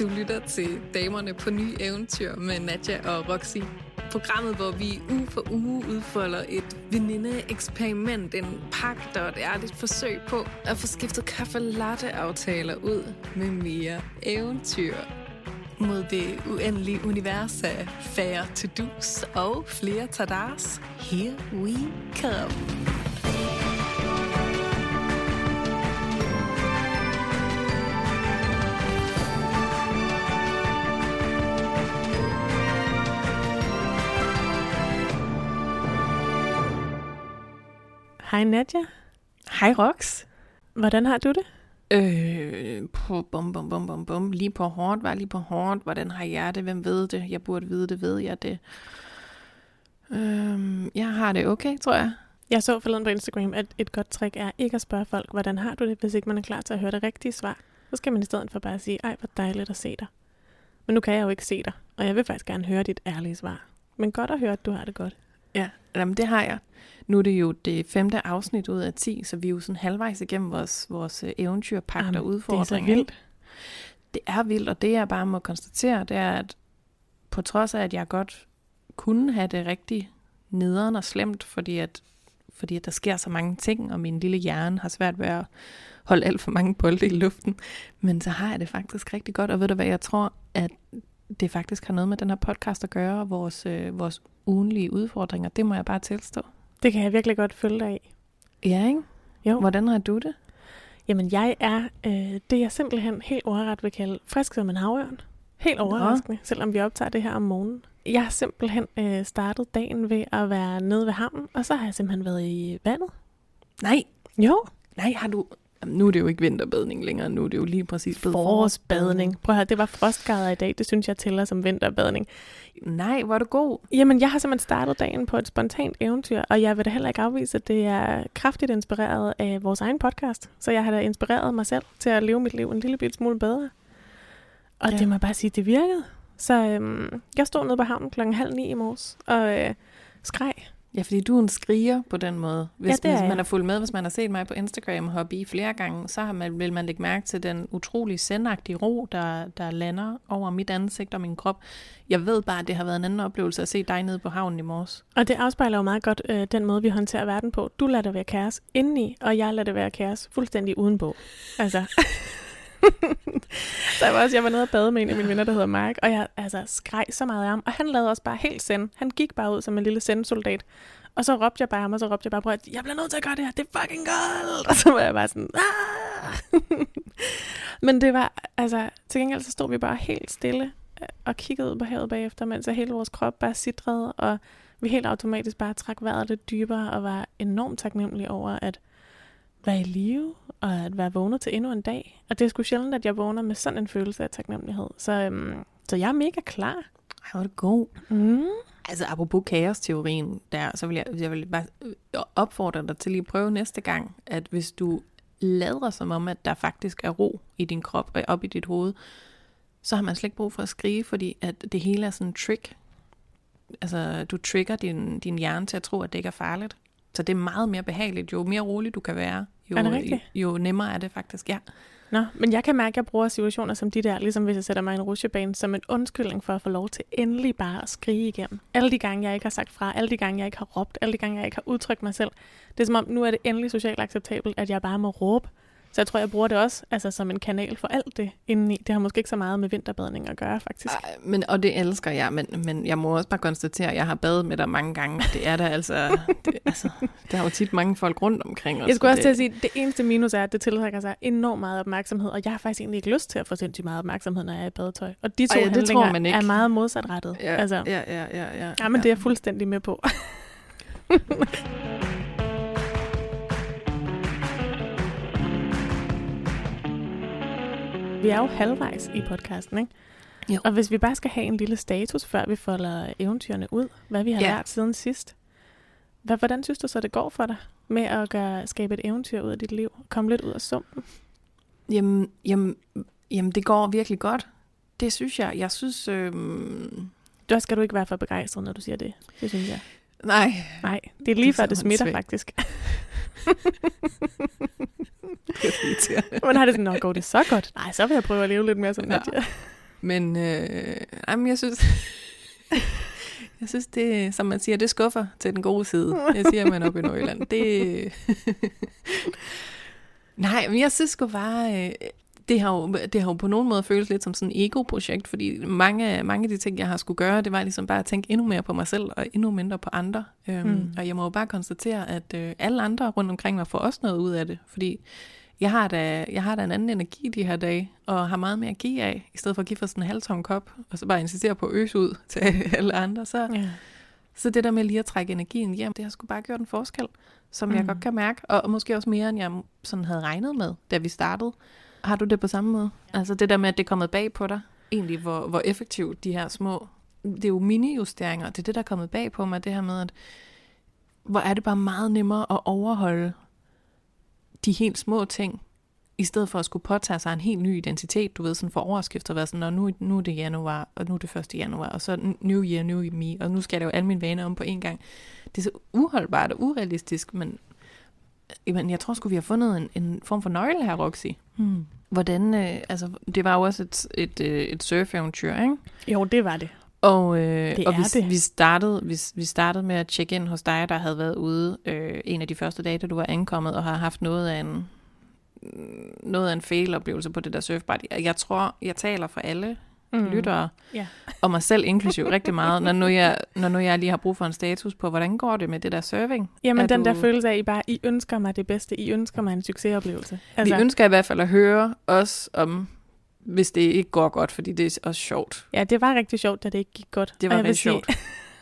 Du lytter til Damerne på Nye Eventyr med Nadja og Roxy. Programmet, hvor vi uge for uge udfolder et veninde-eksperiment, en pagt og et ærligt forsøg på at få skiftet kaffe-latte-aftaler ud med mere eventyr. Mod det uendelige univers af færre to-dos og flere tadars. Here we come. Hej Nadja. Hej Rox. Hvordan har du det? Lige på hårdt. Hvordan har jeg det? Hvem ved det? Jeg burde vide det. Ved jeg det? Jeg har det okay, tror jeg. Jeg så forleden på Instagram, at et godt trick er ikke at spørge folk, hvordan har du det, hvis ikke man er klar til at høre det rigtige svar. Så skal man i stedet for bare sige, ej, hvor dejligt at se dig. Men nu kan jeg jo ikke se dig, og jeg vil faktisk gerne høre dit ærlige svar. Men godt at høre, at du har det godt. Ja, jamen det har jeg. Nu er det jo det 5. afsnit ud af 10, så vi er jo sådan halvvejs igennem vores eventyrpagt og udfordringer. Det er så vildt. Det er vildt, og det jeg bare må konstatere, det er, at på trods af, at jeg godt kunne have det rigtig nederen og slemt, fordi at der sker så mange ting, og min lille hjerne har svært ved at holde alt for mange bolde i luften, men så har jeg det faktisk rigtig godt, og ved du hvad, jeg tror, at det faktisk har noget med den her podcast at gøre, vores ugenlige udfordringer. Det må jeg bare tilstå. Det kan jeg virkelig godt følge dig af. Ja, ikke? Jo. Hvordan har du det? Jamen, jeg er det, jeg simpelthen helt ordret vil kalde frisk som en havørn. Helt overraskende, selvom vi optager det her om morgenen. Jeg har simpelthen startet dagen ved at være nede ved havnen, og så har jeg simpelthen været i vandet. Nej. Jo. Nej, har du... Nu er det jo ikke vinterbadning længere, nu er det jo lige præcis forårsbadning. Prøv at høre, det var frostgrader i dag, det synes jeg tæller som vinterbadning. Nej, hvor er du god. Jamen, jeg har simpelthen startet dagen på et spontant eventyr, og jeg vil da heller ikke afvise, at det er kraftigt inspireret af vores egen podcast. Så jeg har da inspireret mig selv til at leve mit liv en lille bit smule bedre. Og det må jeg bare sige, det virkede. Så jeg stod nede på havnen 8:30 i morges og skreg. Ja, fordi du er en skriger på den måde. Hvis man har fulgt med, hvis man har set mig på Instagram hobby flere gange, så vil man lægge mærke til den utrolig sendagtige ro, der lander over mit ansigt og min krop. Jeg ved bare, at det har været en anden oplevelse at se dig nede på havnen i morges. Og det afspejler jo meget godt den måde, vi håndterer verden på. Du lader det være kaos indeni, og jeg lader det være kaos fuldstændig udenpå. Altså... Så jeg var nede og bade med en af mine venner, der hedder Mark, og jeg skreg så meget af ham, og han lavede også bare helt send. Han gik bare ud som en lille sendsoldat, og så råbte jeg bare ham, og så råbte jeg bare på, at jeg bliver nødt til at gøre det her, det er fucking koldt, og så var jeg bare sådan, Men det var, til gengæld så stod vi bare helt stille og kiggede ud på havet bagefter, mens hele vores krop bare sitrede, og vi helt automatisk bare trak vejret lidt dybere, og var enormt taknemmelige over at være i live, og at være vågnet til endnu en dag. Og det er sgu sjældent, at jeg vågner med sådan en følelse af taknemmelighed. Så jeg er mega klar. Ej, hvor er det god. Altså, apropos kaosteorien der, så vil jeg bare opfordre dig til lige at prøve næste gang, at hvis du lader som om, at der faktisk er ro i din krop og op i dit hoved, så har man slet ikke brug for at skrige, fordi at det hele er sådan en trick. Altså, du trigger din hjerne til at tro, at det ikke er farligt. Så det er meget mere behageligt. Jo mere rolig du kan være, jo nemmere er det faktisk, ja. Nå, men jeg kan mærke, at jeg bruger situationer som de der, ligesom hvis jeg sætter mig i en rutsjebane, som en undskyldning for at få lov til endelig bare at skrige igennem. Alle de gange, jeg ikke har sagt fra, alle de gange, jeg ikke har råbt, alle de gange, jeg ikke har udtrykt mig selv. Det er som om, nu er det endelig socialt acceptabelt, at jeg bare må råbe. Så jeg tror, jeg bruger det også som en kanal for alt det indeni. Det har måske ikke så meget med vinterbadning at gøre, faktisk. Og det elsker jeg, men jeg må også bare konstatere, at jeg har badet med dig mange gange. Det er der der er jo tit mange folk rundt omkring os. Jeg skulle også til at sige, at det eneste minus er, at det tiltrækker sig enormt meget opmærksomhed, og jeg har faktisk egentlig ikke lyst til at få sindssygt meget opmærksomhed, når jeg er i badetøj. Og de to handlinger er meget modsatrettet. Ja, men det er jeg fuldstændig med på. Vi er jo halvvejs i podcasten, ikke? Jo. Og hvis vi bare skal have en lille status, før vi folder eventyrene ud, hvad vi har lært siden sidst. Hvordan synes du så, det går for dig med at skabe et eventyr ud af dit liv? Komme lidt ud af sumpen? Jamen, det går virkelig godt. Det synes jeg. Jeg synes... Der skal du ikke være for begejstret, når du siger det. Det synes jeg. Nej, det er lige før det smitter, faktisk. Det er irriterende. Men har det sådan, går det så godt? Nej, så vil jeg prøve at leve lidt mere som Nadja. Men jeg synes... Jeg synes, det, som man siger, det skuffer til den gode side. Det siger man op i Nordjylland. Det... Nej, men jeg synes sgu bare... Det har jo på nogen måde føles lidt som sådan et ego-projekt, fordi mange af de ting, jeg har skulle gøre, det var ligesom bare at tænke endnu mere på mig selv, og endnu mindre på andre. Og jeg må jo bare konstatere, at alle andre rundt omkring mig får også noget ud af det, fordi jeg har da en anden energi de her dage, og har meget mere at give af, i stedet for at give for sådan en halvtom kop, og så bare insistere på at øse ud til alle andre. Så det der med lige at trække energien hjem, det har sgu bare gjort en forskel, som jeg godt kan mærke, og måske også mere, end jeg sådan havde regnet med, da vi startede. Har du det på samme måde? Altså det der med, at det er kommet bag på dig, egentlig hvor effektivt de her små, det er jo mini-justeringer, det er det, der er kommet bag på mig, det her med, at hvor er det bare meget nemmere at overholde de helt små ting, i stedet for at skulle påtage sig en helt ny identitet, du ved, sådan for overskrift og være sådan, og nu er det januar, og nu er det 1. januar, og så new year, new me, og nu skal jeg lave alle mine vaner om på en gang. Det er så uholdbart og urealistisk, men jeg tror sgu, vi har fundet en form for nøgle her, Roxy. Hvordan, altså, det var jo også et surf-eventyr, ikke? Jo, det var det. Og vi startede med at tjekke ind hos dig, der havde været ude en af de første dage, da du var ankommet, og har haft noget af en fail-oplevelse på det der surfbræt. Jeg tror, jeg taler for alle lyttere, og mig selv inklusive rigtig meget, når nu jeg lige har brug for en status på, hvordan går det med det der surfing? Jamen der følelse af, I ønsker mig det bedste, I ønsker mig en succesoplevelse. Altså, vi ønsker i hvert fald at høre os om, hvis det ikke går godt, fordi det er også sjovt. Ja, det var rigtig sjovt, da det ikke gik godt. Det var rigtig sjovt.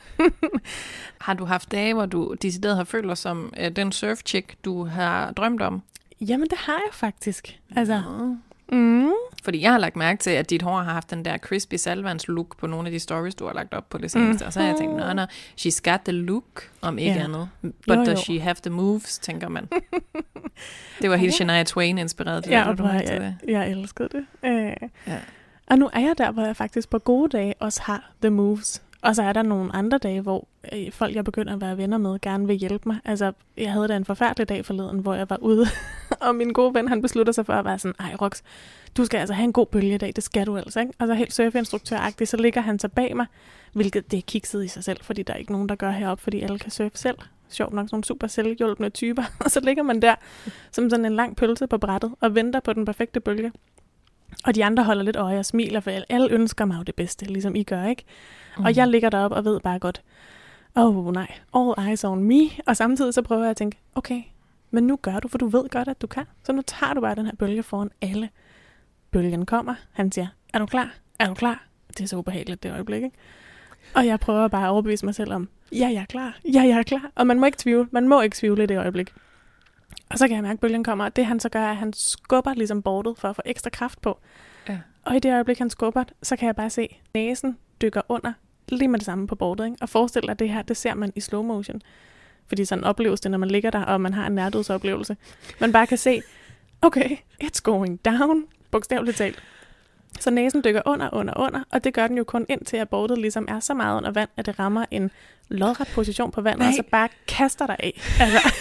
Har du haft dage, hvor du decideret har følt dig som den surf-chick, du har drømt om? Jamen, det har jeg faktisk. Altså... Fordi jeg har lagt mærke til, at dit hår har haft den der crispy salvands look på nogle af de stories, du har lagt op på det seneste. Og så har jeg tænkt, no, she's got the look, om ikke andet. But does she have the moves, tænker man. Det var helt Shania Twain inspireret. Jeg elskede det. Og nu er jeg der, hvor jeg faktisk på gode dage også har the moves. Og så er der nogle andre dage, hvor folk, jeg begynder at være venner med, gerne vil hjælpe mig. Altså, jeg havde da en forfærdelig dag forleden, hvor jeg var ude, og min gode ven, han beslutter sig for at være sådan, ej Rox, du skal altså have en god bølgedag, det skal du altså, ikke? Og så helt surfinstruktøragtigt, så ligger han så bag mig, hvilket det er kikset i sig selv, fordi der er ikke nogen, der gør heroppe, fordi alle kan surfe selv. Sjovt nok, nogle super selvhjulpende typer. Og så ligger man der, som sådan en lang pølse på brættet, og venter på den perfekte bølge. Og de andre holder lidt øje og smiler, for alle ønsker mig jo det bedste, ligesom I gør, ikke? Og jeg ligger deroppe og ved bare godt, nej, all eyes on me. Og samtidig så prøver jeg at tænke, okay, men nu gør du, for du ved godt, at du kan. Så nu tager du bare den her bølge foran alle. Bølgen kommer, han siger, er du klar? Er du klar? Det er så ubehageligt det øjeblik, ikke? Og jeg prøver bare at overbevise mig selv om, ja, jeg er klar. Ja, jeg er klar. Og man må ikke tvivle. Man må ikke tvivle i det øjeblik. Og så kan jeg mærke, at bølgen kommer, og det han så gør, er, at han skubber ligesom bordet for at få ekstra kraft på. Ja. Og i det øjeblik, han skubber, så kan jeg bare se, næsen dykker under lige med det samme på bordet, ikke? Og forestil dig, at det her, det ser man i slow motion. Fordi sådan opleves det, når man ligger der, og man har en nærdødsoplevelse. Man bare kan se, okay, it's going down, bogstaveligt talt. Så næsen dykker under, og det gør den jo kun indtil, at bordet ligesom er så meget under vand, at det rammer en lodret position på vandet, og så bare kaster dig af. Altså...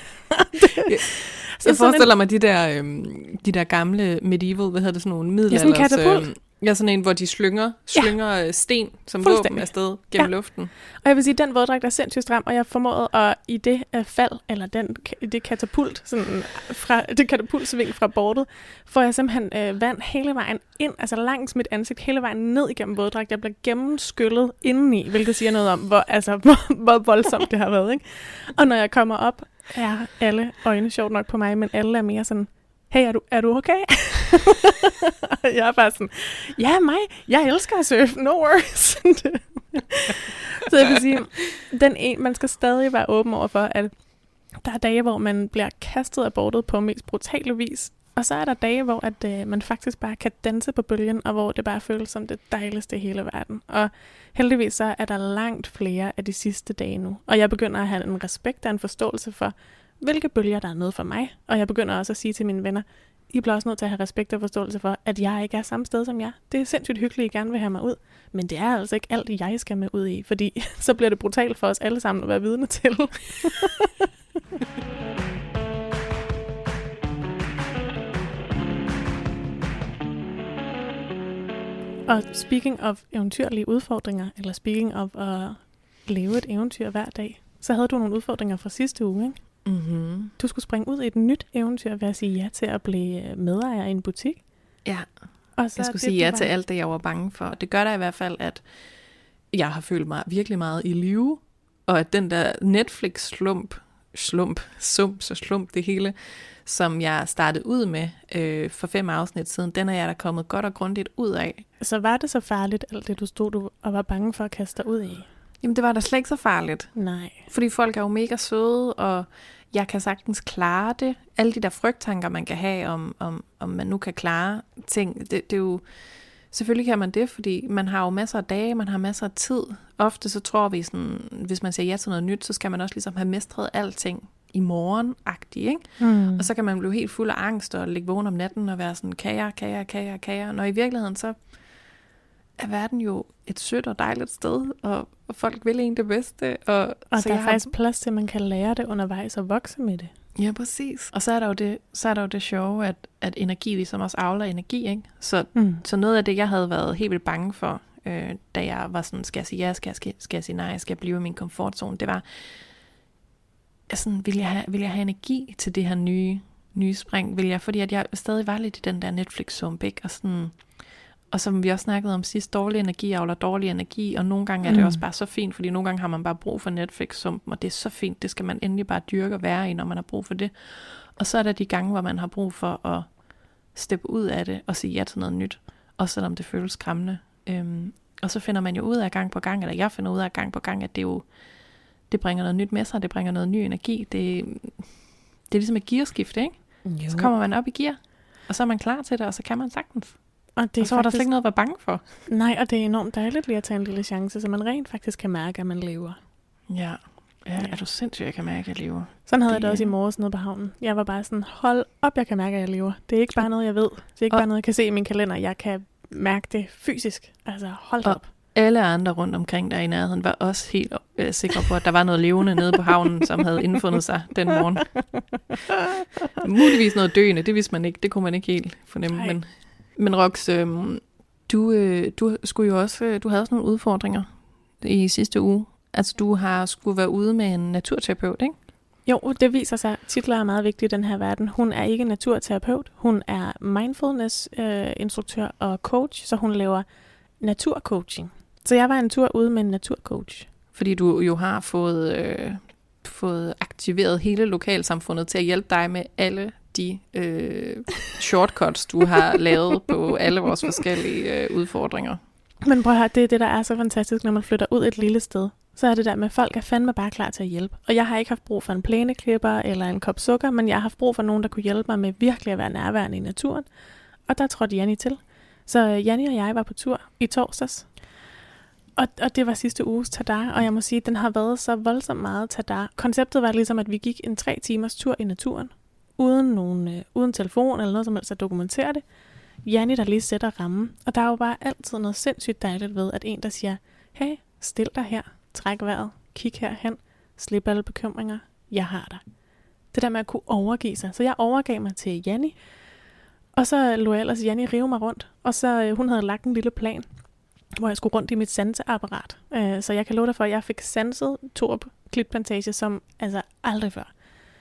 Jeg forestiller mig de der gamle medieval, hvad hedder det, sådan nogle middelalders... Ja, sådan en katapult. Ja, sådan en, hvor de slynger sten som våben afsted gennem luften. Og jeg vil sige, at den våddragt er sindssygt stram, og jeg formåede at i det fald, eller det katapult, sådan fra det katapultsving fra bordet, får jeg simpelthen vand hele vejen ind, altså langs mit ansigt, hele vejen ned igennem våddragt. Jeg bliver gennemskyllet indeni, hvilket siger noget om, hvor voldsomt det har været, ikke? Og når jeg kommer op, er alle øjne sjovt nok på mig, men alle er mere sådan, hey, er du okay? Jeg er bare sådan, ja, mig, jeg elsker at surfe, no worries. Så jeg vil sige, man skal stadig være åben over for, at der er dage, hvor man bliver kastet af bordet på mest brutale vis, og så er der dage, hvor at, man faktisk bare kan danse på bølgen, og hvor det bare føles som det dejligste i hele verden. Og heldigvis så er der langt flere af de sidste dage nu, og jeg begynder at have en respekt og en forståelse for, hvilke bølger der er noget for mig. Og jeg begynder også at sige til mine venner, I bliver også nødt til at have respekt og forståelse for, at jeg ikke er samme sted som jer. Det er sindssygt hyggeligt, at I gerne vil have mig ud. Men det er altså ikke alt, jeg skal med ud i, fordi så bliver det brutalt for os alle sammen at være vidne til. Og speaking of eventyrlige udfordringer, eller speaking of at leve et eventyr hver dag, så havde du nogle udfordringer fra sidste uge, ikke? Mm-hmm. Du skulle springe ud i et nyt eventyr ved at sige ja til at blive medejer i en butik. Ja, og så jeg skulle sige ja til alt det, jeg var bange for. Det gør da i hvert fald, at jeg har følt mig virkelig meget i live, og at den der Netflix-slump, det hele, som jeg startede ud med for 5 afsnit siden, den er jeg da kommet godt og grundigt ud af. Så var det så farligt, alt det du stod og var bange for at kaste dig ud i? Jamen det var da slet ikke så farligt. Nej. Fordi folk er jo mega søde, og jeg kan sagtens klare det. Alle de der frygttanker, man kan have, om man nu kan klare ting, det er jo... Selvfølgelig kan man det, fordi man har jo masser af dage, man har masser af tid. Ofte så tror vi sådan, hvis man siger ja til noget nyt, så skal man også ligesom have mestret alting i morgen-agtigt, ikke? Mm. Og så kan man blive helt fuld af angst og ligge vågen om natten og være sådan, kan jeg. Når i virkeligheden så er verden jo et sødt og dejligt sted, og folk vil en det bedste. Og så der er faktisk plads til, at man kan lære det undervejs og vokse med det. Ja, præcis. Og så er der jo det sjove, at energi ligesom også avler energi, ikke? Så noget af det, jeg havde været helt vildt bange for, da jeg var sådan, skal jeg sige ja, skal jeg sige nej, skal jeg blive i min komfortzone, det var, sådan, vil jeg have energi til det her nye spring? Fordi at jeg stadig var lidt i den der Netflix-sump, ikke? Og som vi også snakkede om sidst, dårlig energi avler dårlig energi, og nogle gange er det også bare så fint, fordi nogle gange har man bare brug for Netflix-sumpen, og det er så fint, det skal man endelig bare dyrke og være i, når man har brug for det. Og så er der de gange, hvor man har brug for at steppe ud af det og sige ja til noget nyt, også selvom det føles skræmmende. Og så finder man jo ud af gang på gang, eller jeg finder ud af gang på gang, at det bringer noget nyt med sig, det bringer noget ny energi. Det er ligesom et gearskifte, ikke? Jo. Så kommer man op i gear, og så er man klar til det, og så kan man sagtens. Og så var der slet ikke noget at være bange for. Nej, og det er enormt dejligt lige at tage en lille chance, så man rent faktisk kan mærke, at man lever. Ja, er du sindssygt, jeg kan mærke, at jeg lever. Sådan havde jeg det også i morges nede på havnen. Jeg var bare sådan, hold op, jeg kan mærke, at jeg lever. Det er ikke bare noget, jeg ved. Det er ikke bare noget, jeg kan se i min kalender. Jeg kan mærke det fysisk. Altså, hold op. Alle andre rundt omkring der i nærheden var også helt sikre på, at der var noget levende nede på havnen, som havde indfundet sig den morgen. Muligvis noget døende, det vidste man ikke. Det kunne man ikke helt fornemme. Men Rox, du skulle jo også, du havde også nogle udfordringer i sidste uge. Altså du skulle være ude med en naturterapeut, ikke? Jo, det viser sig. Titler er meget vigtige i den her verden. Hun er ikke naturterapeut. Hun er mindfulness-instruktør og coach, så hun laver naturcoaching. Så jeg var en tur ude med en naturcoach. Fordi du jo har fået aktiveret hele lokalsamfundet til at hjælpe dig med alle de shortcuts, du har lavet på alle vores forskellige udfordringer. Men prøv at høre, det er det, der er så fantastisk, når man flytter ud et lille sted. Så er det der med, at folk er fandme bare klar til at hjælpe. Og jeg har ikke haft brug for en plæneklipper eller en kop sukker, men jeg har haft brug for nogen, der kunne hjælpe mig med virkelig at være nærværende i naturen. Og der trådte Janni til. Så Janni og jeg var på tur i torsdags. Og det var sidste uges tada, og jeg må sige, at den har været så voldsomt meget tada. Konceptet var ligesom, at vi gik en 3 timers tur i naturen, uden telefon eller noget som helst at dokumentere det. Janni, der lige sætter rammen. Og der er jo bare altid noget sindssygt dejligt ved, at en, der siger, hey, stil dig her, træk vejret, kig herhen, slip alle bekymringer, jeg har dig. Det der med at kunne overgive sig. Så jeg overgav mig til Janni, og så lå ellers Janni rive mig rundt. Og så hun havde lagt en lille plan, hvor jeg skulle rundt i mit sanseapparat. Så jeg kan love dig for, at jeg fik sanset Torup Klitplantage som altså aldrig før.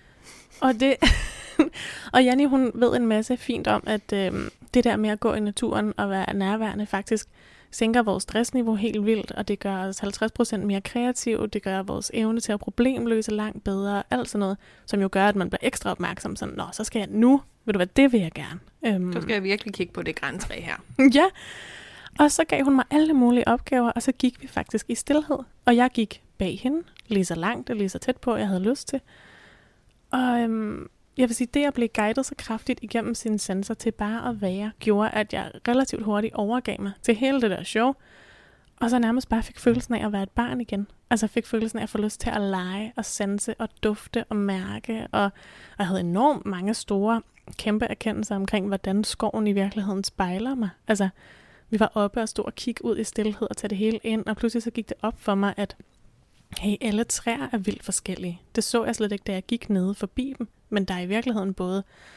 Og Janni, hun ved en masse fint om, at det der med at gå i naturen og være nærværende faktisk sænker vores stressniveau helt vildt, og det gør os 50% mere kreative, det gør vores evne til at problemløse langt bedre, alt sådan noget, som jo gør, at man bliver ekstra opmærksom, sådan, nå, så skal jeg nu, ved du hvad, det vil jeg gerne. Så skal jeg virkelig kigge på det grantræ her. Ja, og så gav hun mig alle mulige opgaver, og så gik vi faktisk i stilhed, og jeg gik bag hende, lige så langt og lige så tæt på, jeg havde lyst til. Og jeg vil sige, det at blive guidet så kraftigt igennem sine sanser til bare at være, gjorde, at jeg relativt hurtigt overgav mig til hele det der show, og så nærmest bare fik følelsen af at være et barn igen. Altså fik følelsen af at få lyst til at lege og sanse og dufte og mærke, og jeg havde enormt mange store, kæmpe erkendelser omkring, hvordan skoven i virkeligheden spejler mig. Altså, vi var oppe og stod og kigge ud i stilhed og tage det hele ind, og pludselig så gik det op for mig, at hey, alle træer er vildt forskellige. Det så jeg slet ikke, da jeg gik nede forbi dem. Men der er i virkeligheden både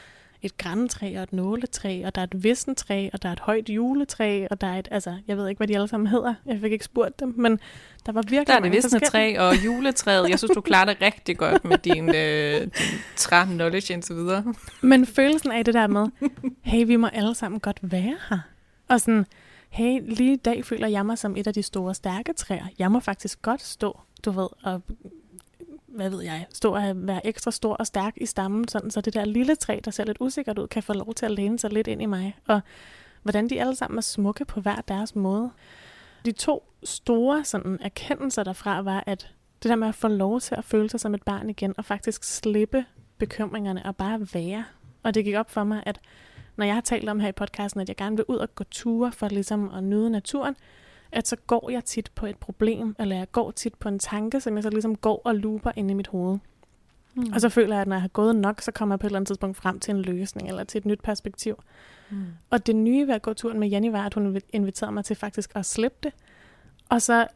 et grantræ og et nåletræ, og der er et vissentræ, og der er et højt juletræ, og der er et, altså, jeg ved ikke, hvad de alle sammen hedder. Jeg fik ikke spurgt dem, men der var virkelig der er det mange vissende træ og juletræet. Jeg synes, du klarer det rigtig godt med din træ-knowledge indtil videre. Men følelsen af det der med, hey, vi må alle sammen godt være her. Og sådan, hey, lige i dag føler jeg mig som et af de store, stærke træer. Jeg må faktisk godt stå, du ved, og hvad ved jeg, stå og være ekstra stor og stærk i stammen, sådan, så det der lille træ, der ser lidt usikkert ud, kan få lov til at læne sig lidt ind i mig. Og hvordan de alle sammen er smukke på hver deres måde. De 2 store sådan, erkendelser derfra var, at det der med at få lov til at føle sig som et barn igen, og faktisk slippe bekymringerne og bare være. Og det gik op for mig, at når jeg har talt om her i podcasten, at jeg gerne vil ud og gå ture for ligesom at nyde naturen, at så går jeg tit på et problem, eller jeg går tit på en tanke, som jeg så ligesom går og looper ind i mit hoved. Og så føler jeg, at når jeg har gået nok, så kommer jeg på et eller andet tidspunkt frem til en løsning, eller til et nyt perspektiv. Og det nye ved at gå turen med Jenny var, at hun inviterede mig til faktisk at slippe det, og så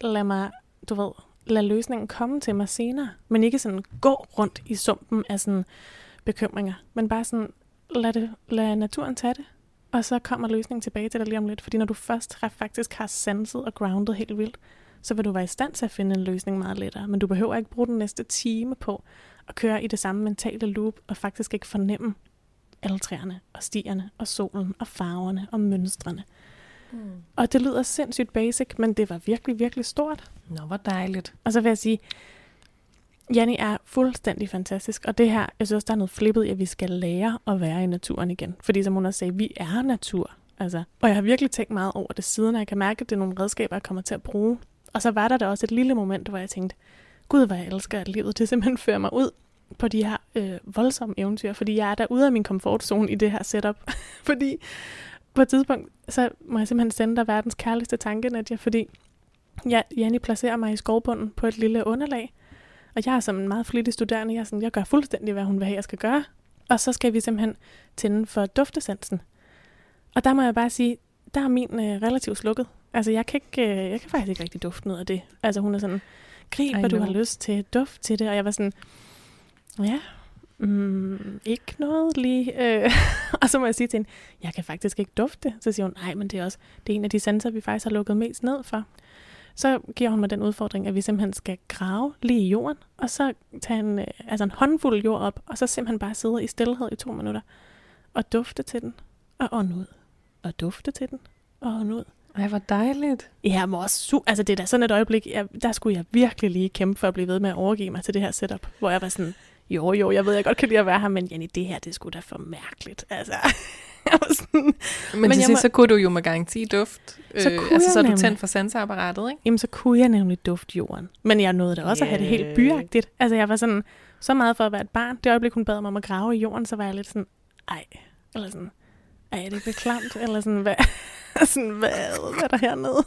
lad løsningen komme til mig senere, men ikke sådan gå rundt i sumpen af sådan bekymringer, men bare sådan, lad naturen tage det. Og så kommer løsningen tilbage til dig lige om lidt. Fordi når du først faktisk har sanset og grounded helt vildt, så vil du være i stand til at finde en løsning meget lettere. Men du behøver ikke bruge den næste time på at køre i det samme mentale loop, og faktisk ikke fornemme alle træerne, og stierne, og solen, og farverne, og mønstrene. Og det lyder sindssygt basic, men det var virkelig, virkelig stort. Nå, hvor dejligt. Og så vil jeg sige, Jenny er fuldstændig fantastisk, og det her, jeg synes, der er noget flippet i, at vi skal lære at være i naturen igen. Fordi som hun også sagde, vi er natur. Altså. Og jeg har virkelig tænkt meget over det siden, og jeg kan mærke, at det er nogle redskaber, jeg kommer til at bruge. Og så var der også et lille moment, hvor jeg tænkte, gud, hvor jeg elsker, at livet det simpelthen fører mig ud på de her voldsomme eventyr, fordi jeg er der ude af min komfortzone i det her setup. Fordi på et tidspunkt, så må jeg simpelthen sende dig verdens kærligste tanke, Nadia, fordi Jenny placerer mig i skovbunden på et lille underlag, og jeg er som en meget flittig studerende, jeg gør fuldstændig, hvad hun vil have, jeg skal gøre. Og så skal vi simpelthen tænde for duftesansen. Og der må jeg bare sige, der er min relativt slukket. Altså, jeg kan faktisk ikke rigtig dufte noget af det. Altså, hun er sådan, grib, hvad du har lyst til, duft til det. Og jeg var sådan, ja, ikke noget lige. Og så må jeg sige til hende, jeg kan faktisk ikke dufte. Så siger hun, nej, men det er en af de sanser, vi faktisk har lukket mest ned for. Så giver hun mig den udfordring, at vi simpelthen skal grave lige i jorden, og så tage en håndfuld jord op, og så simpelthen bare sidde i stilhed i 2 minutter, og dufte til den, og ånde ud. Og dufte til den, og ånde ud. Ej, hvor dejligt. Ja, men også altså det er da sådan et øjeblik, der skulle jeg virkelig lige kæmpe for at blive ved med at overgive mig til det her setup, hvor jeg var sådan, jo, jeg ved, jeg godt kan lide at være her, men Jenny, det her, det er sgu da for mærkeligt, altså. Men til sidst, så kunne du jo med garanti duft. Så er du tændt for sanseapparatet, ikke? Jamen, så kunne jeg nemlig dufte jorden. Men jeg nåede da også at have det helt byagtigt. Altså, jeg var sådan, så meget for at være et barn. Det øjeblik, hun bad mig om at grave i jorden, så var jeg lidt sådan, eller sådan, er det ikke klamt? Eller sådan, hvad er der hernede?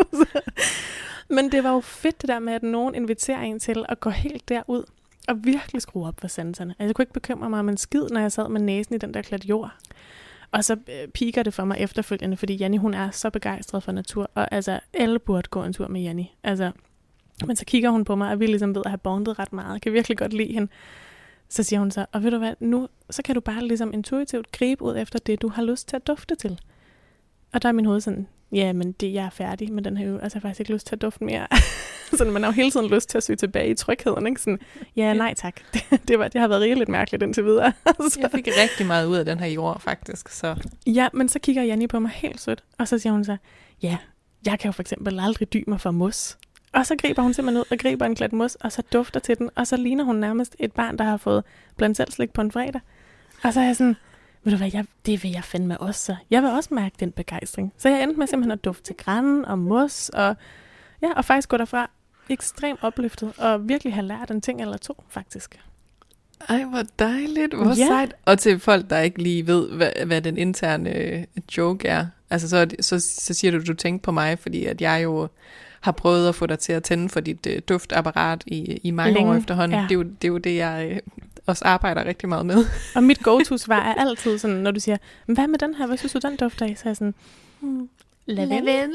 Men det var jo fedt det der med, at nogen inviterer en til at gå helt derud og virkelig skrue op for sanserne. Altså, jeg kunne ikke bekymre mig om en skid, når jeg sad med næsen i den der klat jord. Og så piker det for mig efterfølgende, fordi Jenny, hun er så begejstret for natur, og altså, alle burde gå en tur med Jenny. Altså, men så kigger hun på mig, og vi ligesom ved at have bondet ret meget. Jeg kan virkelig godt lide hende. Så siger hun så, og ved du hvad, nu så kan du bare ligesom intuitivt gribe ud efter det, du har lyst til at dufte til. Og der er min hoved sådan, ja, men jeg er færdig med den her øvelse. Altså, jeg har faktisk ikke lyst til at dufte mere. Sådan, man har jo hele tiden lyst til at søge tilbage i trygheden, ikke? Sådan, ja, nej tak. Det har været rigeligt mærkeligt indtil videre. Så. Jeg fik rigtig meget ud af den her jord, faktisk. Så. Ja, men så kigger Jenny på mig helt sødt, og så siger hun så, ja, jeg kan jo for eksempel aldrig dy mig for mos. Og så griber hun simpelthen ud og griber en klat mos, og så dufter til den, og så ligner hun nærmest et barn, der har fået blandt selv slik på en fredag. Og så er jeg sådan, ved du hvad, det vil jeg fandme også så. Jeg vil også mærke den begejstring. Så jeg endte med simpelthen at dufte til granen og mos, og faktisk gå derfra ekstremt opløftet, og virkelig have lært en ting eller 2, faktisk. Ej, hvor dejligt, hvor sejt. Og til folk, der ikke lige ved, hvad den interne joke er, altså så siger du tænker på mig, fordi at jeg jo har prøvet at få dig til at tænde for dit duftapparat i mange år efterhånden. Ja. Det er jo det, jeg også arbejder rigtig meget med. Og mit go-to-svar er altid sådan, når du siger, hvad med den her, hvad synes du, den dufter af? Så er jeg sådan, lavendel.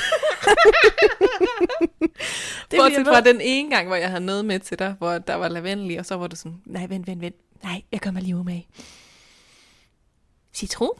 Bortset fra den ene gang, hvor jeg havde noget med til dig, hvor der var lavendel i, og så var du sådan, nej, vent. Nej, jeg kommer lige ud med. Citron.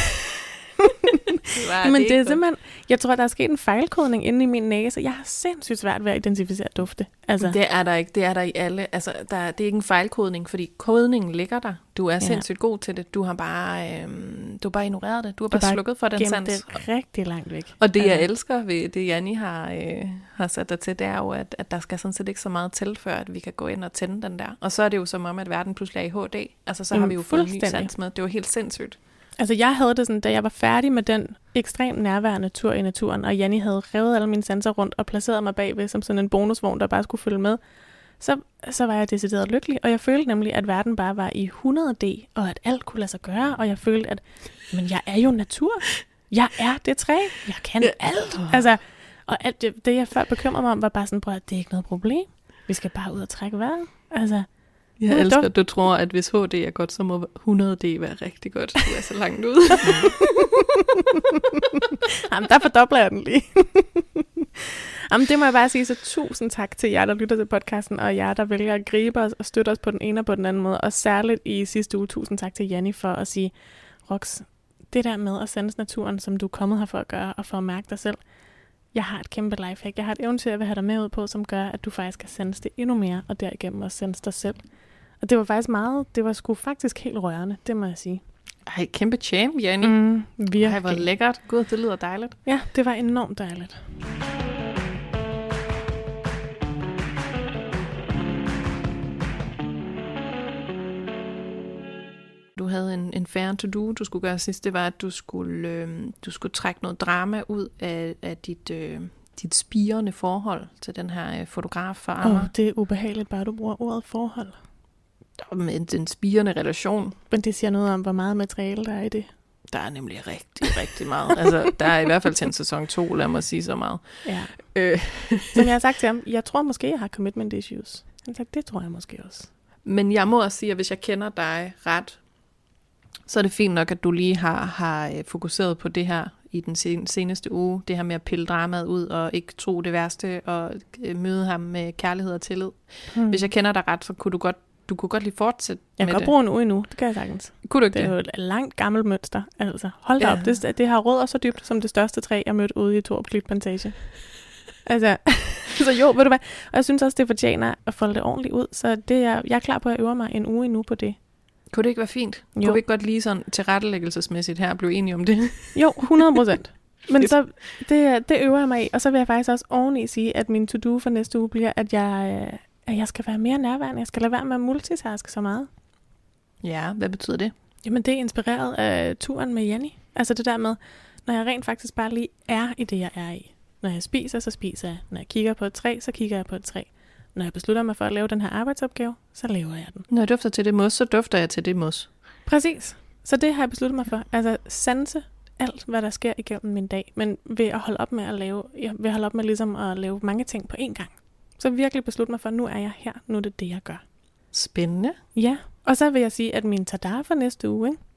Men det er simpelthen, jeg tror, der er sket en fejlkodning inde i min næse. Jeg har sindssygt svært ved at identificere dufte. Altså. Det er der ikke. Det er der i alle. Altså, det er ikke en fejlkodning, fordi kodningen ligger der. Du er sindssygt god til det. Du har bare ignoreret det. Du har bare slukket for den sans. Det er rigtig langt væk. Og det, jeg elsker ved det, Janni har sat dig til, det er jo, at der skal sådan set ikke så meget til, før at vi kan gå ind og tænde den der. Og så er det jo som om, at verden pludselig er i HD. Altså, så har vi jo fået en ny sans med. Det var helt sindssygt. Altså, jeg havde det sådan, da jeg var færdig med den ekstremt nærværende tur i naturen, og Janni havde revet alle mine sanser rundt og placeret mig bagved som sådan en bonusvogn, der bare skulle følge med, så var jeg decideret lykkelig, og jeg følte nemlig, at verden bare var i 100D, og at alt kunne lade sig gøre, og jeg følte, at men jeg er jo natur. Jeg er det træ. Jeg kan alt. Altså, og alt det, jeg før bekymrede mig om, var bare sådan, bror, det er ikke noget problem. Vi skal bare ud og trække vejret. Altså, jeg elsker, at du tror, at hvis HD er godt, så må 100D være rigtig godt. Du er så langt ude. Jamen, der fordobler jeg den lige. Jamen, det må jeg bare sige, så tusind tak til jer, der lytter til podcasten, og jer, der vælger at gribe os og støtte os på den ene og på den anden måde. Og særligt i sidste uge, tusind tak til Janni for at sige, Rox, det der med at sendes naturen, som du er kommet her for at gøre, og for at mærke dig selv. Jeg har et kæmpe lifehack. Jeg har et eventyr, jeg vil have dig med ud på, som gør, at du faktisk kan sendes det endnu mere, og derigennem også sendes dig selv. Og det var faktisk det var sgu faktisk helt rørende, det må jeg sige. Ej, kæmpe champ, Janni. Virkelig. Ej, hvor lækkert. Gud, det lyder dejligt. Ja, det var enormt dejligt. Du havde en fair to-do, du skulle gøre sidst. Det var, at du skulle trække noget drama ud af dit spirende forhold til den her fotograf for Amager. Det er ubehageligt, bare du bruger ordet forhold. Med den spirende relation. Men det siger noget om, hvor meget materiale der er i det. Der er nemlig rigtig, rigtig meget. Altså, der er i hvert fald til en sæson 2, lad mig sige så meget. Ja. Som jeg har sagt til ham, jeg tror måske, jeg har commitment issues. Han har sagt, det tror jeg måske også. Men jeg må også sige, at hvis jeg kender dig ret, så er det fint nok, at du lige har fokuseret på det her i den seneste uge. Det her med at pille dramaet ud og ikke tro det værste og møde ham med kærlighed og tillid. Hvis jeg kender dig ret, så kunne du kunne godt lige fortsætte med det. Jeg kan godt bruge en uge endnu, det kan jeg sagtens. Kunne du ikke det? Det er jo et langt gammelt mønster. Altså, hold da op, det har rødder så dybt som det største træ, jeg mødte ude i Torup Klitplantage. Altså, så jo, ved du hvad? Og jeg synes også, det fortjener at folde det ordentligt ud, så det jeg er klar på at øve mig en uge endnu på det. Kunne det ikke være fint? Jo. Kunne vi ikke godt lige sådan tilrettelæggelsesmæssigt her blive enige om det? Jo, 100%. Men så, det øver jeg mig i, og så vil jeg faktisk også oveni sige, at min to-do for næste uge bliver, at jeg skal være mere nærværende. Jeg skal lade være med at multitaske så meget. Ja, hvad betyder det? Jamen, det er inspireret af turen med Janni. Altså det der med, når jeg rent faktisk bare lige er i det, jeg er i. Når jeg spiser, så spiser jeg. Når jeg kigger på et træ, så kigger jeg på et træ. Når jeg beslutter mig for at lave den her arbejdsopgave, så laver jeg den. Når jeg dufter til det mos, så dufter jeg til det mos. Præcis. Så det har jeg besluttet mig for. Altså sanse alt, hvad der sker igennem min dag. Men ved at holde op med ligesom at lave mange ting på én gang. Så virkelig beslutte mig for, nu er jeg her. Nu er det det, jeg gør. Spændende. Ja. Og så vil jeg sige, at min tada for næste uge, ikke?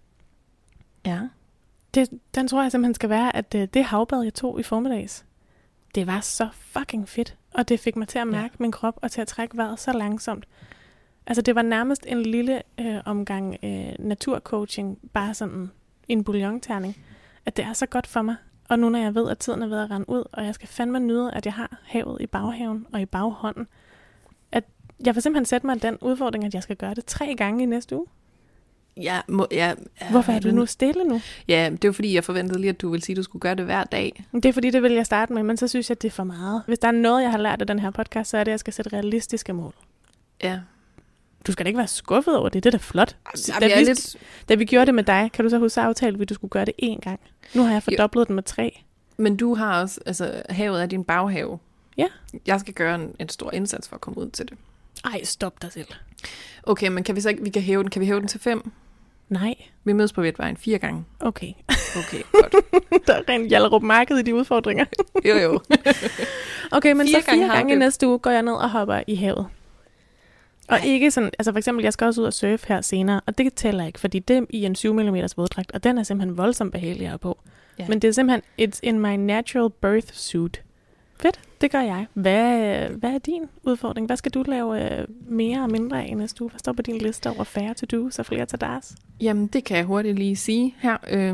Ja. Den tror jeg simpelthen skal være, at det havbad, jeg tog i formiddags, det var så fucking fedt. Og det fik mig til at mærke min krop og til at trække vejret så langsomt. Altså det var nærmest en lille omgang naturcoaching, bare sådan en bouillonterning, at det er så godt for mig. Og nu når jeg ved, at tiden er ved at rende ud, og jeg skal fandme nyde, at jeg har havet i baghaven og i baghånden, at jeg vil simpelthen sætte mig den udfordring, at jeg skal gøre det 3 gange i næste uge. Hvorfor er du nu stille nu? Ja, det er jo fordi, jeg forventede lige, at du ville sige, at du skulle gøre det hver dag. Det er fordi, det vil jeg starte med, men så synes jeg, at det er for meget. Hvis der er noget, jeg har lært af den her podcast, så er det, at jeg skal sætte realistiske mål. Ja. Du skal da ikke være skuffet over det. Det er da flot. Da vi gjorde det med dig, kan du så huske, så aftalte vi, at du skulle gøre det 1 gang. Nu har jeg fordoblet den med 3. Men du har også, altså havet er din baghave. Ja. Jeg skal gøre en stor indsats for at komme ud til det. Ej, stop dig selv. Okay, men kan vi så ikke, kan vi hæve den til 5? Nej. Vi mødes på Vietvejen 4 gange. Okay. Okay, godt. Der er rent Hjallerup Marked i de udfordringer. Jo. Okay, men 4 gange i næste uge går jeg ned og hopper i havet. Og ikke sådan, altså for eksempel, jeg skal også ud og surfe her senere, og det tæller ikke, fordi det er i en 7 mm våddragt, og den er simpelthen voldsomt behagelig at på. Ja. Men det er simpelthen, it's in my natural birth suit. Fedt, det gør jeg. Hvad er din udfordring? Hvad skal du lave mere og mindre af i næste uge? Hvad står på din liste over færre to-do's og flere to-do's? Jamen, det kan jeg hurtigt lige sige her.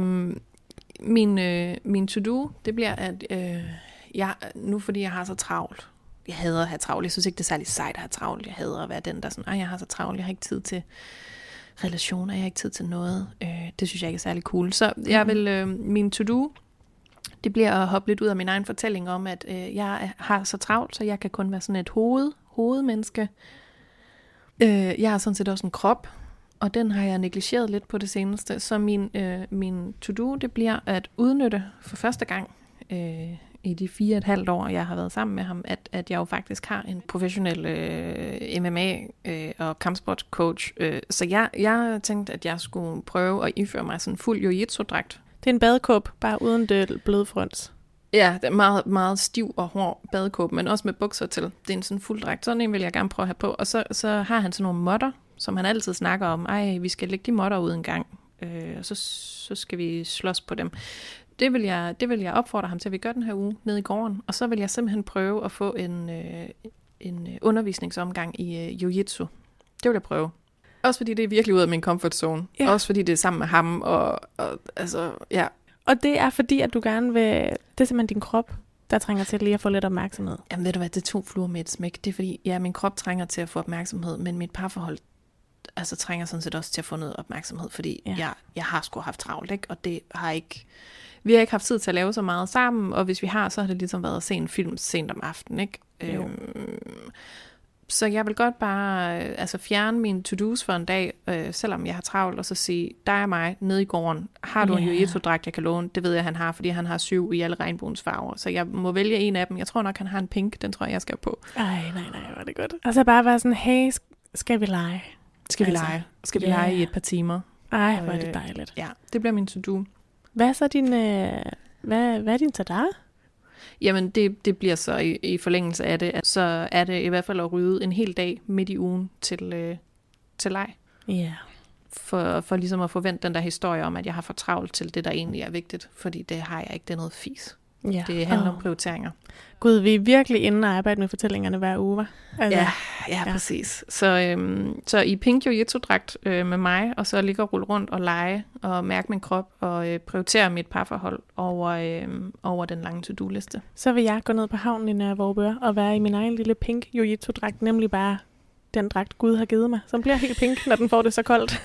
Min to-do, det bliver, at nu fordi jeg har så travlt. Jeg hader at have travlt. Jeg synes ikke, det er særlig sejt at have travlt. Jeg hader at være den, der sådan, jeg har så travlt. Jeg har ikke tid til relationer. Jeg har ikke tid til noget. Det synes jeg ikke er særlig cool. Så jeg vil, min to-do, det bliver at hoppe lidt ud af min egen fortælling om, at jeg har så travlt, så jeg kan kun være sådan et hovedmenneske. Jeg har sådan set også en krop, og den har jeg negligeret lidt på det seneste. Så min to-do, det bliver at udnytte for første gang i de 4,5 år, jeg har været sammen med ham, at jeg jo faktisk har en professionel MMA og kampsportscoach. Så jeg tænkte, at jeg skulle prøve at iføre mig sådan en fuld jiu-jitsu-dragt. Det er en badekåb, bare uden det bløde frøns. Ja, det er meget, meget stiv og hård badekåb, men også med bukser til. Det er en sådan fuld dragt. Sådan en vil jeg gerne prøve at have på. Og så har han sådan nogle måtter, som han altid snakker om. Vi skal lægge de måtter ud en gang, og så skal vi slås på dem. Det vil jeg opfordre ham til, at vi gør den her uge nede i gården. Og så vil jeg simpelthen prøve at få en undervisningsomgang i jiu-jitsu. Det vil jeg prøve. Også fordi det er virkelig ud af min comfort zone. Ja. Også fordi det er sammen med ham. Og altså, ja. Og det er fordi, at du gerne vil... Det er simpelthen din krop, der trænger til lige at få lidt opmærksomhed. Jamen ved du hvad, det er 2 fluer med et smæk. Det er fordi, min krop trænger til at få opmærksomhed, men mit parforhold trænger sådan set også til at få noget opmærksomhed, fordi jeg har sgu haft travlt, ikke? Og det har ikke... Vi har ikke haft tid til at lave så meget sammen, og hvis vi har, så har det ligesom været at se en film sent om aftenen, ikke? Så jeg vil godt bare fjerne mine to-do's for en dag, selvom jeg har travlt, og så sige, dig og mig nede i gården, har du en jiu-jitsu-dragt, jeg kan låne? Det ved jeg, han har, fordi han har 7 i alle regnbuens farver, så jeg må vælge en af dem. Jeg tror nok, han har en pink, den tror jeg skal på. Nej, hvor er det godt. Og så bare være sådan, hey, skal vi lege? Skal vi lege i et par timer? Ej, hvor er det dejligt. Ja, det bliver min to-do. Hvad er så din, hvad er din tada? Jamen, det bliver så i forlængelse af det. Så er det i hvert fald at rydde en hel dag midt i ugen til leg. Ja. For ligesom at forvente den der historie om, at jeg har for travlt til det, der egentlig er vigtigt. Fordi det har jeg ikke. Det er noget fis. Ja. Det handler om prioriteringer. Gud, vi er virkelig inde og arbejde med fortællingerne hver uge, hva'? Altså, ja, præcis. Så i pink jiu-jitsu-dragt med mig, og så ligge og rulle rundt og lege, og mærke min krop, og prioritere mit parforhold over den lange to-do-liste. Så vil jeg gå ned på havnen i Nørre Vorupør og være i min egen lille pink jiu-jitsu-dragt, nemlig bare den dragt, Gud har givet mig, som bliver helt pink, når den får det så koldt.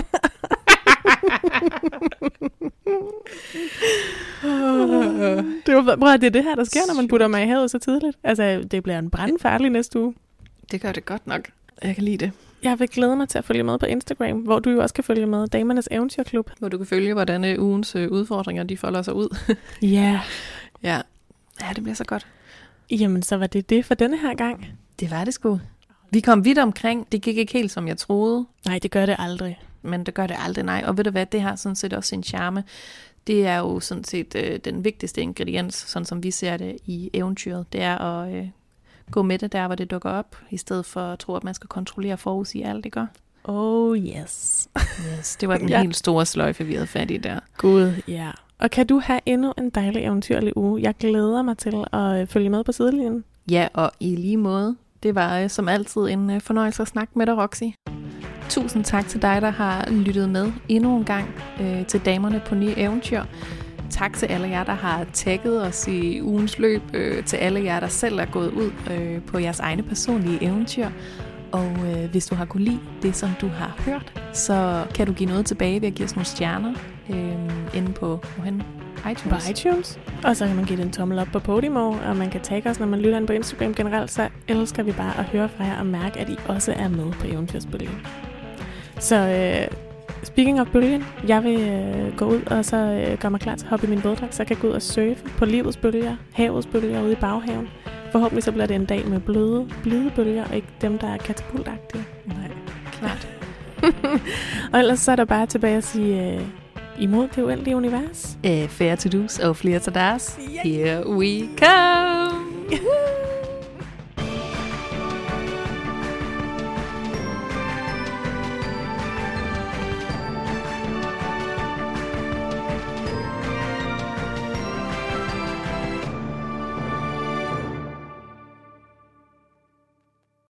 Det er det her, der sker, når man putter mig i havet så tidligt. Altså, det bliver en brandfarlig næste uge. Det gør det godt nok. Jeg kan lide det. Jeg vil glæde mig til at følge med på Instagram, hvor du jo også kan følge med Damernes Eventyrklub. Hvor du kan følge, hvordan ugens udfordringer, de folder sig ud. Ja. Ja, det bliver så godt. Jamen, så var det for denne her gang. Det var det sgu. Vi kom vidt omkring. Det gik ikke helt, som jeg troede. Nej, det gør det aldrig. Men det gør det aldrig, nej. Og ved du hvad, det har sådan set også sin charme. Det er jo sådan set den vigtigste ingrediens, sådan som vi ser det i eventyret. Det er at gå med det der, hvor det dukker op, i stedet for at tro, at man skal kontrollere og forudsige alt, det gør. Oh yes. Yes, det var den helt store sløjfe, vi havde fat i der. Gud, ja. Og kan du have endnu en dejlig eventyrlig uge? Jeg glæder mig til at følge med på sidelinjen. Ja, og i lige måde. Det var som altid en fornøjelse at snakke med dig, Roxy. Tusind tak til dig, der har lyttet med endnu en gang til Damerne på Nye Eventyr. Tak til alle jer, der har tagget os i ugens løb. Til alle jer, der selv er gået ud på jeres egne personlige eventyr. Og hvis du har kunne lide det, som du har hørt, så kan du give noget tilbage ved at give os nogle stjerner inde på iTunes. På iTunes. Og så kan man give det en tommel op på Podimo, og man kan tagge os, når man lytter ind på Instagram generelt. Så elsker vi bare at høre fra jer og mærke, at I også er med på eventyrsbølgen. Så speaking of bølgen, jeg vil gå ud og så gøre mig klar til at hoppe i min båddragt, så jeg kan gå ud og surfe på livets bølger, havets bølger ude i baghaven. Forhåbentlig så bliver det en dag med blide bølger, og ikke dem, der er katapultagtige. Nej, klart. Og ellers så er der bare tilbage at sige imod det uendelige univers. Færre to-dos og flere to-das. Here we come!